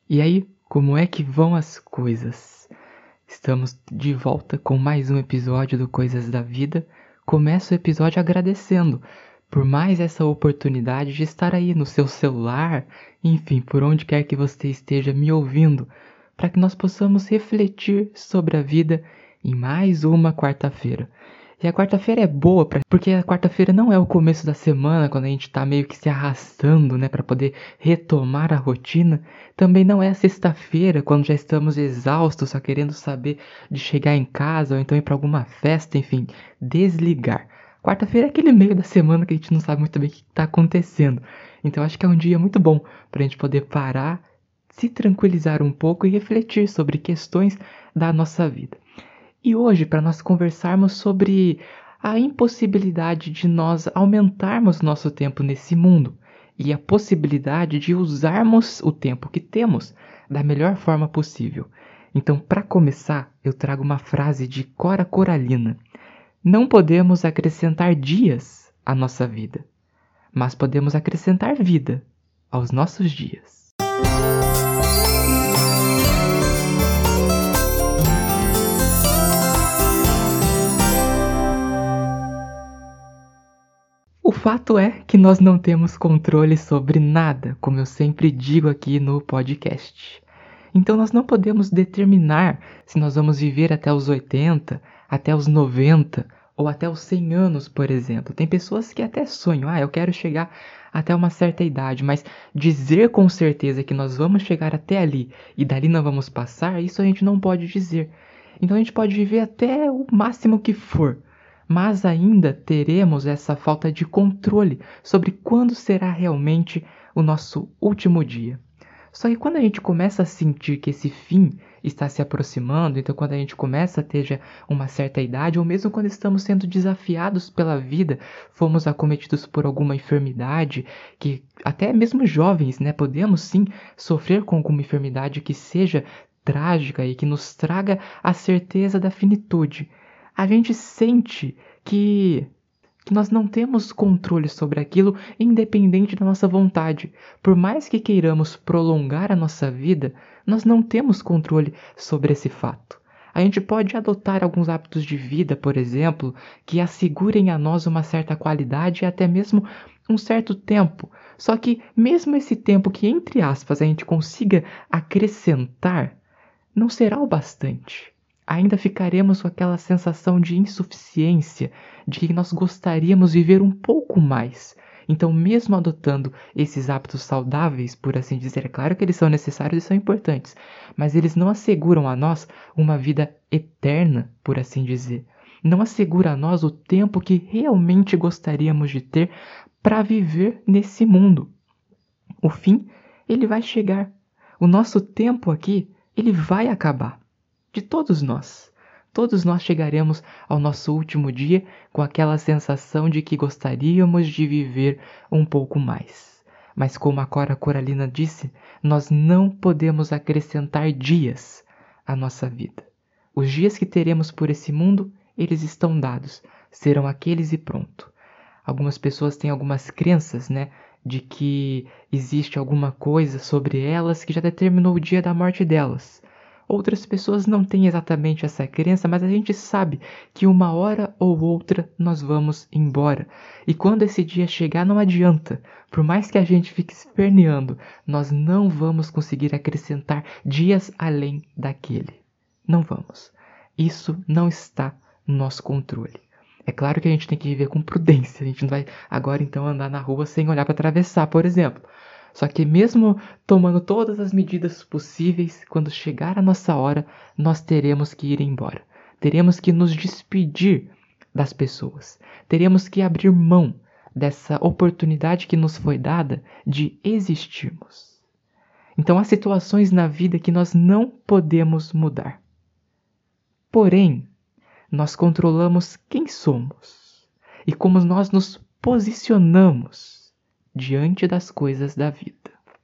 E aí, como é que vão as coisas? Estamos de volta com mais um episódio do Coisas da Vida. Começo o episódio agradecendo por mais essa oportunidade de estar aí no seu celular, enfim, por onde quer que você esteja me ouvindo, para que nós possamos refletir sobre a vida em mais uma quarta-feira. E a quarta-feira é boa, porque a quarta-feira não é o começo da semana, quando a gente tá meio que se arrastando, né, para poder retomar a rotina. Também não é a sexta-feira, quando já estamos exaustos, só querendo saber de chegar em casa ou então ir para alguma festa, enfim, desligar. Quarta-feira é aquele meio da semana que a gente não sabe muito bem o que está acontecendo. Então acho que é um dia muito bom para a gente poder parar, se tranquilizar um pouco e refletir sobre questões da nossa vida. E hoje, para nós conversarmos sobre a impossibilidade de nós aumentarmos nosso tempo nesse mundo e a possibilidade de usarmos o tempo que temos da melhor forma possível. Então, para começar, eu trago uma frase de Cora Coralina. Não podemos acrescentar dias à nossa vida, mas podemos acrescentar vida aos nossos dias. O fato é que nós não temos controle sobre nada, como eu sempre digo aqui no podcast. Então nós não podemos determinar se nós vamos viver até os 80, até os 90 ou até os 100 anos, por exemplo. Tem pessoas que até sonham, eu quero chegar até uma certa idade, mas dizer com certeza que nós vamos chegar até ali e dali não vamos passar, isso a gente não pode dizer. Então a gente pode viver até o máximo que for, mas ainda teremos essa falta de controle sobre quando será realmente o nosso último dia. Só que quando a gente começa a sentir que esse fim está se aproximando, então quando a gente começa a ter já uma certa idade, ou mesmo quando estamos sendo desafiados pela vida, fomos acometidos por alguma enfermidade, que até mesmo jovens, né, podemos sim sofrer com alguma enfermidade que seja trágica e que nos traga a certeza da finitude. A gente sente que nós não temos controle sobre aquilo independente da nossa vontade. Por mais que queiramos prolongar a nossa vida, nós não temos controle sobre esse fato. A gente pode adotar alguns hábitos de vida, por exemplo, que assegurem a nós uma certa qualidade e até mesmo um certo tempo. Só que mesmo esse tempo que, entre aspas, a gente consiga acrescentar, não será o bastante. Ainda ficaremos com aquela sensação de insuficiência, de que nós gostaríamos de viver um pouco mais. Então, mesmo adotando esses hábitos saudáveis, por assim dizer, é claro que eles são necessários e são importantes, mas eles não asseguram a nós uma vida eterna, por assim dizer. Não assegura a nós o tempo que realmente gostaríamos de ter para viver nesse mundo. O fim, ele vai chegar. O nosso tempo aqui, ele vai acabar. De todos nós. Todos nós chegaremos ao nosso último dia com aquela sensação de que gostaríamos de viver um pouco mais. Mas como a Cora Coralina disse, nós não podemos acrescentar dias à nossa vida. Os dias que teremos por esse mundo, eles estão dados. Serão aqueles e pronto. Algumas pessoas têm algumas crenças, né? De que existe alguma coisa sobre elas que já determinou o dia da morte delas. Outras pessoas não têm exatamente essa crença, mas a gente sabe que uma hora ou outra nós vamos embora. E quando esse dia chegar, não adianta. Por mais que a gente fique esperneando, nós não vamos conseguir acrescentar dias além daquele. Não vamos. Isso não está no nosso controle. É claro que a gente tem que viver com prudência. A gente não vai agora então andar na rua sem olhar para atravessar, por exemplo. Só que mesmo tomando todas as medidas possíveis, quando chegar a nossa hora, nós teremos que ir embora. Teremos que nos despedir das pessoas. Teremos que abrir mão dessa oportunidade que nos foi dada de existirmos. Então há situações na vida que nós não podemos mudar. Porém, nós controlamos quem somos e como nós nos posicionamos diante das coisas da vida.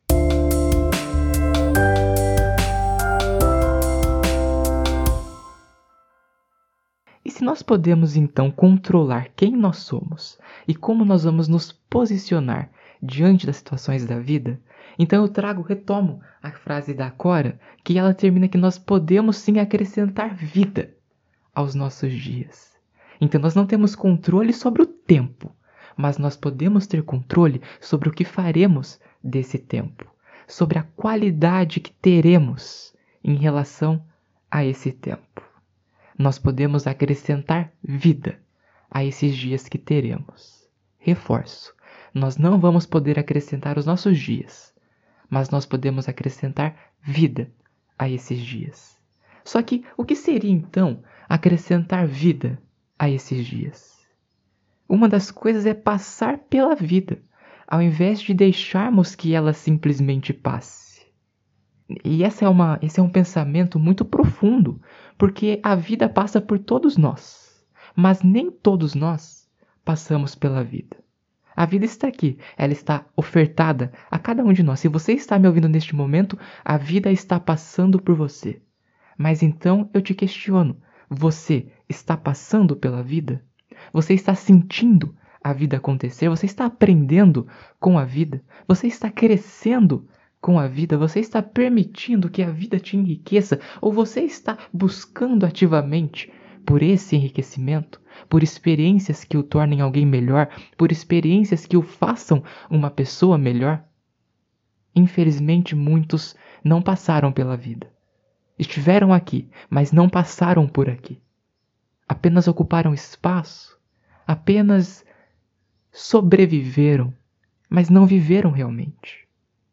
E se nós podemos então controlar quem nós somos e como nós vamos nos posicionar diante das situações da vida, Então retomo a frase da Cora, que ela termina que nós podemos sim acrescentar vida aos nossos dias. Então nós não temos controle sobre o tempo, mas nós podemos ter controle sobre o que faremos desse tempo, sobre a qualidade que teremos em relação a esse tempo. Nós podemos acrescentar vida a esses dias que teremos. Reforço, nós não vamos poder acrescentar os nossos dias, mas nós podemos acrescentar vida a esses dias. Só que o que seria então acrescentar vida a esses dias? Uma das coisas é passar pela vida, ao invés de deixarmos que ela simplesmente passe. E esse é um pensamento muito profundo, porque a vida passa por todos nós, mas nem todos nós passamos pela vida. A vida está aqui, ela está ofertada a cada um de nós. Se você está me ouvindo neste momento, a vida está passando por você. Mas então eu te questiono, você está passando pela vida? Você está sentindo a vida acontecer? Você está aprendendo com a vida? Você está crescendo com a vida? Você está permitindo que a vida te enriqueça? Ou você está buscando ativamente por esse enriquecimento? Por experiências que o tornem alguém melhor? Por experiências que o façam uma pessoa melhor? Infelizmente, muitos não passaram pela vida. Estiveram aqui, mas não passaram por aqui. Apenas ocuparam espaço, apenas sobreviveram, mas não viveram realmente.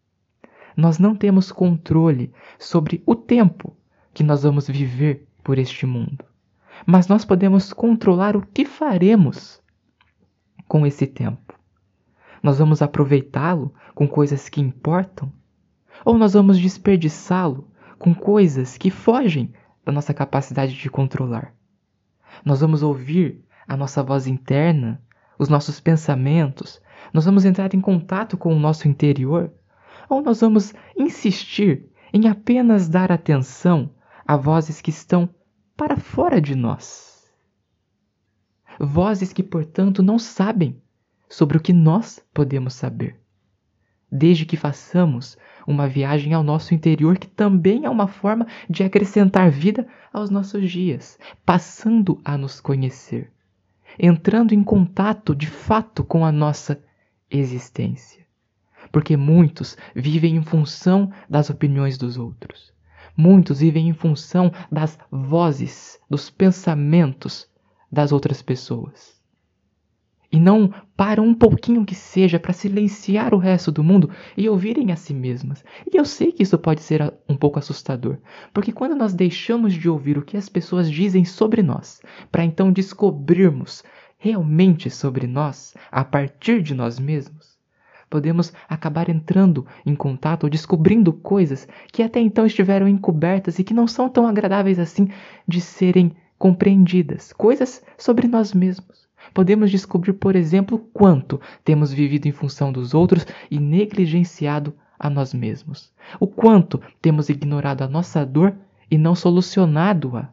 Nós não temos controle sobre o tempo que nós vamos viver por este mundo, mas nós podemos controlar o que faremos com esse tempo. Nós vamos aproveitá-lo com coisas que importam? Ou nós vamos desperdiçá-lo com coisas que fogem da nossa capacidade de controlar? Nós vamos ouvir a nossa voz interna, os nossos pensamentos, nós vamos entrar em contato com o nosso interior? Ou nós vamos insistir em apenas dar atenção a vozes que estão para fora de nós? Vozes que, portanto, não sabem sobre o que nós podemos saber. Desde que façamos uma viagem ao nosso interior, que também é uma forma de acrescentar vida aos nossos dias, passando a nos conhecer, entrando em contato de fato com a nossa existência. Porque muitos vivem em função das opiniões dos outros. Muitos vivem em função das vozes, dos pensamentos das outras pessoas. E não param um pouquinho que seja para silenciar o resto do mundo e ouvirem a si mesmas. E eu sei que isso pode ser um pouco assustador, porque quando nós deixamos de ouvir o que as pessoas dizem sobre nós, para então descobrirmos realmente sobre nós, a partir de nós mesmos, podemos acabar entrando em contato ou descobrindo coisas que até então estiveram encobertas e que não são tão agradáveis assim de serem compreendidas. Coisas sobre nós mesmos. Podemos descobrir, por exemplo, quanto temos vivido em função dos outros e negligenciado a nós mesmos. O quanto temos ignorado a nossa dor e não solucionado-a.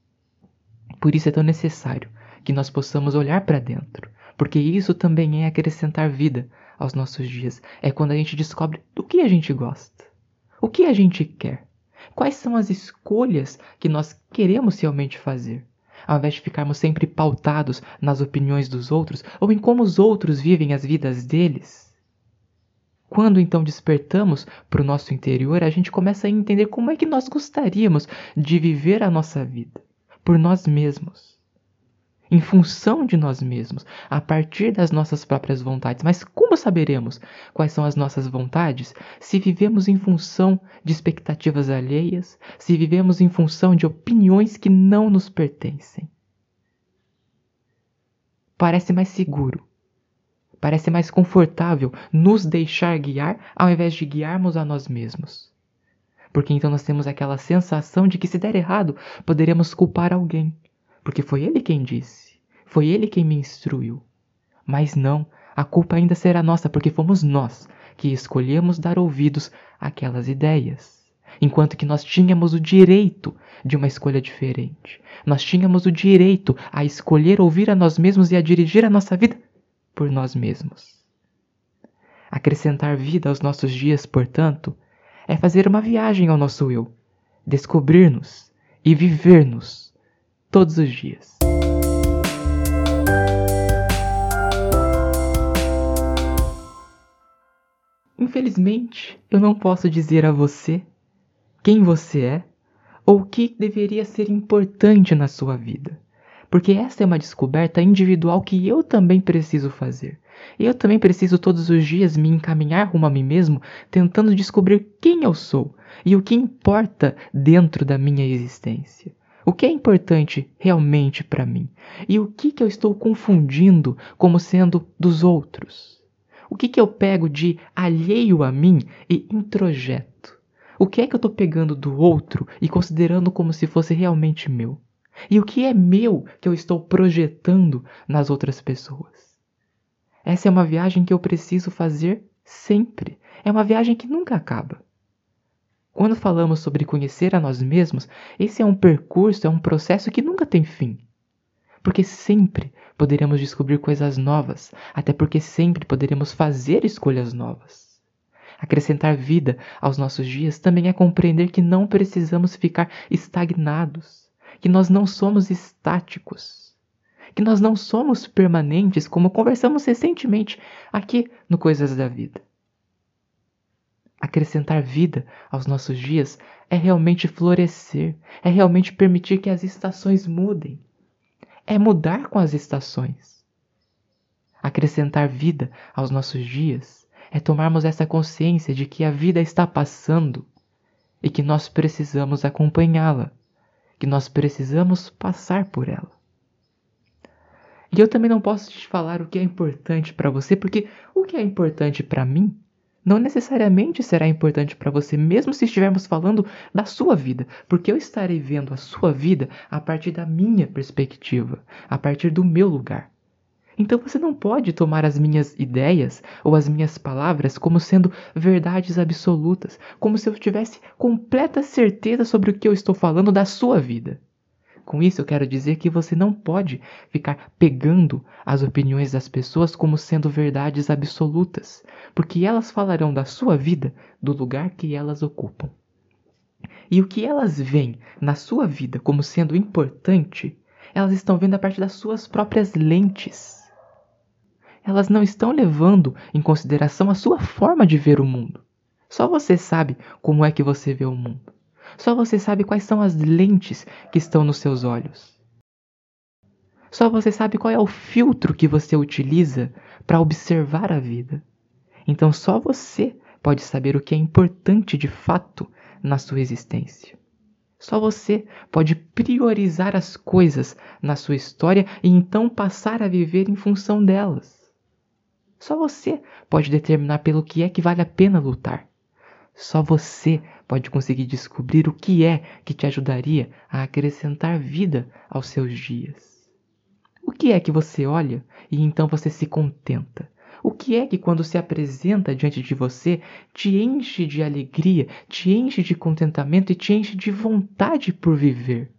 Por isso é tão necessário que nós possamos olhar para dentro, porque isso também é acrescentar vida aos nossos dias. É quando a gente descobre do que a gente gosta, o que a gente quer, quais são as escolhas que nós queremos realmente fazer. Ao invés de ficarmos sempre pautados nas opiniões dos outros ou em como os outros vivem as vidas deles. Quando então despertamos para o nosso interior, a gente começa a entender como é que nós gostaríamos de viver a nossa vida, por nós mesmos, em função de nós mesmos, a partir das nossas próprias vontades. Mas como saberemos quais são as nossas vontades se vivemos em função de expectativas alheias, se vivemos em função de opiniões que não nos pertencem? Parece mais seguro, parece mais confortável nos deixar guiar ao invés de guiarmos a nós mesmos. Porque então nós temos aquela sensação de que se der errado, poderemos culpar alguém. Porque foi ele quem disse, foi ele quem me instruiu. Mas não, a culpa ainda será nossa, porque fomos nós que escolhemos dar ouvidos àquelas ideias. Enquanto que nós tínhamos o direito de uma escolha diferente. Nós tínhamos o direito a escolher ouvir a nós mesmos e a dirigir a nossa vida por nós mesmos. Acrescentar vida aos nossos dias, portanto, é fazer uma viagem ao nosso eu, descobrir-nos e viver-nos todos os dias. Infelizmente, eu não posso dizer a você quem você é ou o que deveria ser importante na sua vida, porque essa é uma descoberta individual que eu também preciso fazer. Eu também preciso todos os dias me encaminhar rumo a mim mesmo, tentando descobrir quem eu sou e o que importa dentro da minha existência. O que é importante realmente para mim e o que eu estou confundindo como sendo dos outros. O que eu pego de alheio a mim e introjeto? O que é que eu estou pegando do outro e considerando como se fosse realmente meu? E o que é meu que eu estou projetando nas outras pessoas? Essa é uma viagem que eu preciso fazer sempre. É uma viagem que nunca acaba. Quando falamos sobre conhecer a nós mesmos, esse é um percurso, é um processo que nunca tem fim. Porque sempre poderemos descobrir coisas novas, até porque sempre poderemos fazer escolhas novas. Acrescentar vida aos nossos dias também é compreender que não precisamos ficar estagnados, que nós não somos estáticos, que nós não somos permanentes, como conversamos recentemente aqui no Coisas da Vida. Acrescentar vida aos nossos dias é realmente florescer, é realmente permitir que as estações mudem. É mudar com as estações. Acrescentar vida aos nossos dias é tomarmos essa consciência de que a vida está passando e que nós precisamos acompanhá-la, que nós precisamos passar por ela. E eu também não posso te falar o que é importante para você, porque o que é importante para mim não necessariamente será importante para você, mesmo se estivermos falando da sua vida, porque eu estarei vendo a sua vida a partir da minha perspectiva, a partir do meu lugar. Então você não pode tomar as minhas ideias ou as minhas palavras como sendo verdades absolutas, como se eu tivesse completa certeza sobre o que eu estou falando da sua vida. Com isso eu quero dizer que você não pode ficar pegando as opiniões das pessoas como sendo verdades absolutas, porque elas falarão da sua vida do lugar que elas ocupam. E o que elas veem na sua vida como sendo importante, elas estão vendo a partir das suas próprias lentes. Elas não estão levando em consideração a sua forma de ver o mundo. Só você sabe como é que você vê o mundo. Só você sabe quais são as lentes que estão nos seus olhos. Só você sabe qual é o filtro que você utiliza para observar a vida. Então só você pode saber o que é importante de fato na sua existência. Só você pode priorizar as coisas na sua história e então passar a viver em função delas. Só você pode determinar pelo que é que vale a pena lutar. Só você pode conseguir descobrir o que é que te ajudaria a acrescentar vida aos seus dias. O que é que você olha e então você se contenta? O que é que quando se apresenta diante de você te enche de alegria, te enche de contentamento e te enche de vontade por viver?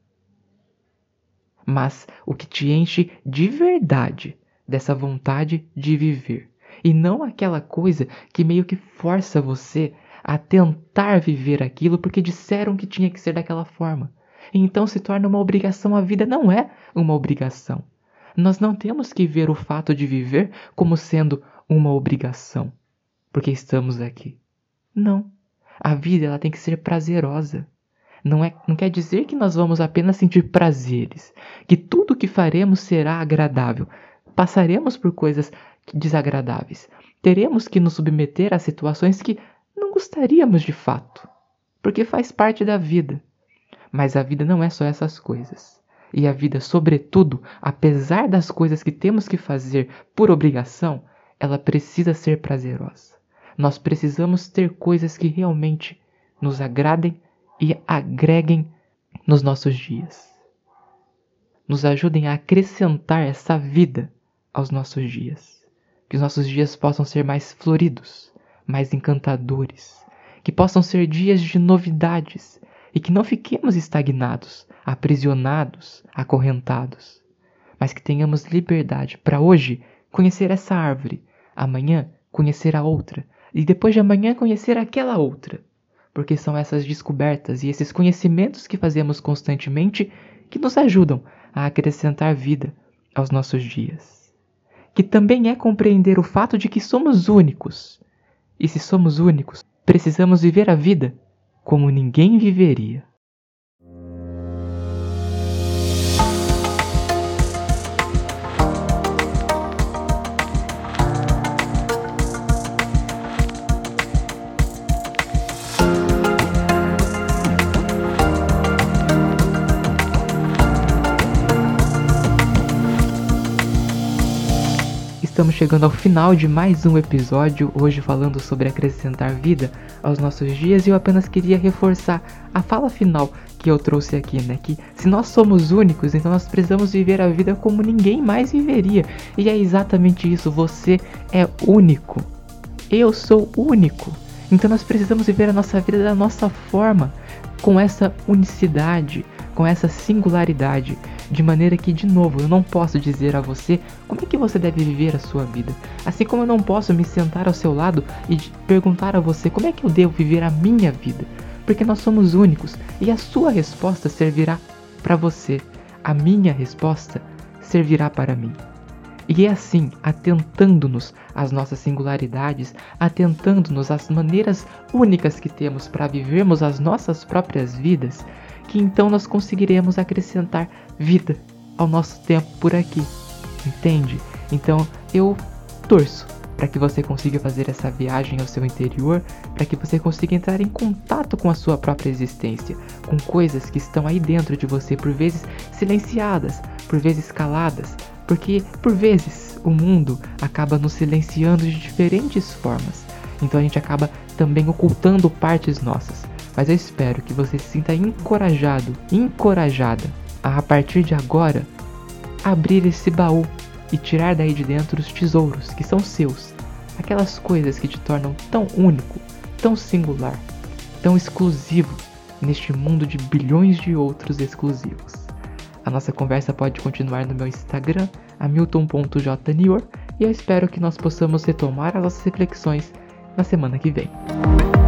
Mas o que te enche de verdade dessa vontade de viver, e não aquela coisa que meio que força você a tentar viver aquilo porque disseram que tinha que ser daquela forma. E então se torna uma obrigação. A vida não é uma obrigação. Nós não temos que ver o fato de viver como sendo uma obrigação, porque estamos aqui. Não. A vida ela tem que ser prazerosa. Não quer dizer que nós vamos apenas sentir prazeres, que tudo que faremos será agradável. Passaremos por coisas desagradáveis. Teremos que nos submeter a situações que não gostaríamos de fato, porque faz parte da vida. Mas a vida não é só essas coisas. E a vida, sobretudo, apesar das coisas que temos que fazer por obrigação, ela precisa ser prazerosa. Nós precisamos ter coisas que realmente nos agradem e agreguem nos nossos dias. Nos ajudem a acrescentar essa vida aos nossos dias. Que os nossos dias possam ser mais floridos, mais encantadores. Que possam ser dias de novidades e que não fiquemos estagnados, aprisionados, acorrentados. Mas que tenhamos liberdade para hoje conhecer essa árvore, amanhã conhecer a outra, e depois de amanhã conhecer aquela outra. Porque são essas descobertas e esses conhecimentos que fazemos constantemente que nos ajudam a acrescentar vida aos nossos dias. Que também é compreender o fato de que somos únicos. E se somos únicos, precisamos viver a vida como ninguém viveria. Estamos chegando ao final de mais um episódio, hoje falando sobre acrescentar vida aos nossos dias, e eu apenas queria reforçar a fala final que eu trouxe aqui, né? Que se nós somos únicos, então nós precisamos viver a vida como ninguém mais viveria. E é exatamente isso, você é único. Eu sou único. Então nós precisamos viver a nossa vida da nossa forma, com essa unicidade, com essa singularidade, de maneira que, de novo, eu não posso dizer a você como é que você deve viver a sua vida. Assim como eu não posso me sentar ao seu lado e perguntar a você como é que eu devo viver a minha vida. Porque nós somos únicos e a sua resposta servirá para você. A minha resposta servirá para mim. E é assim, atentando-nos às nossas singularidades, atentando-nos às maneiras únicas que temos para vivermos as nossas próprias vidas, que então nós conseguiremos acrescentar vida ao nosso tempo por aqui, entende? Então eu torço para que você consiga fazer essa viagem ao seu interior, para que você consiga entrar em contato com a sua própria existência, com coisas que estão aí dentro de você, por vezes silenciadas, por vezes caladas, porque por vezes o mundo acaba nos silenciando de diferentes formas, então a gente acaba também ocultando partes nossas. Mas eu espero que você se sinta encorajado, encorajada a partir de agora, abrir esse baú e tirar daí de dentro os tesouros que são seus. Aquelas coisas que te tornam tão único, tão singular, tão exclusivo neste mundo de bilhões de outros exclusivos. A nossa conversa pode continuar no meu Instagram, hamilton.jnior, e eu espero que nós possamos retomar as nossas reflexões na semana que vem.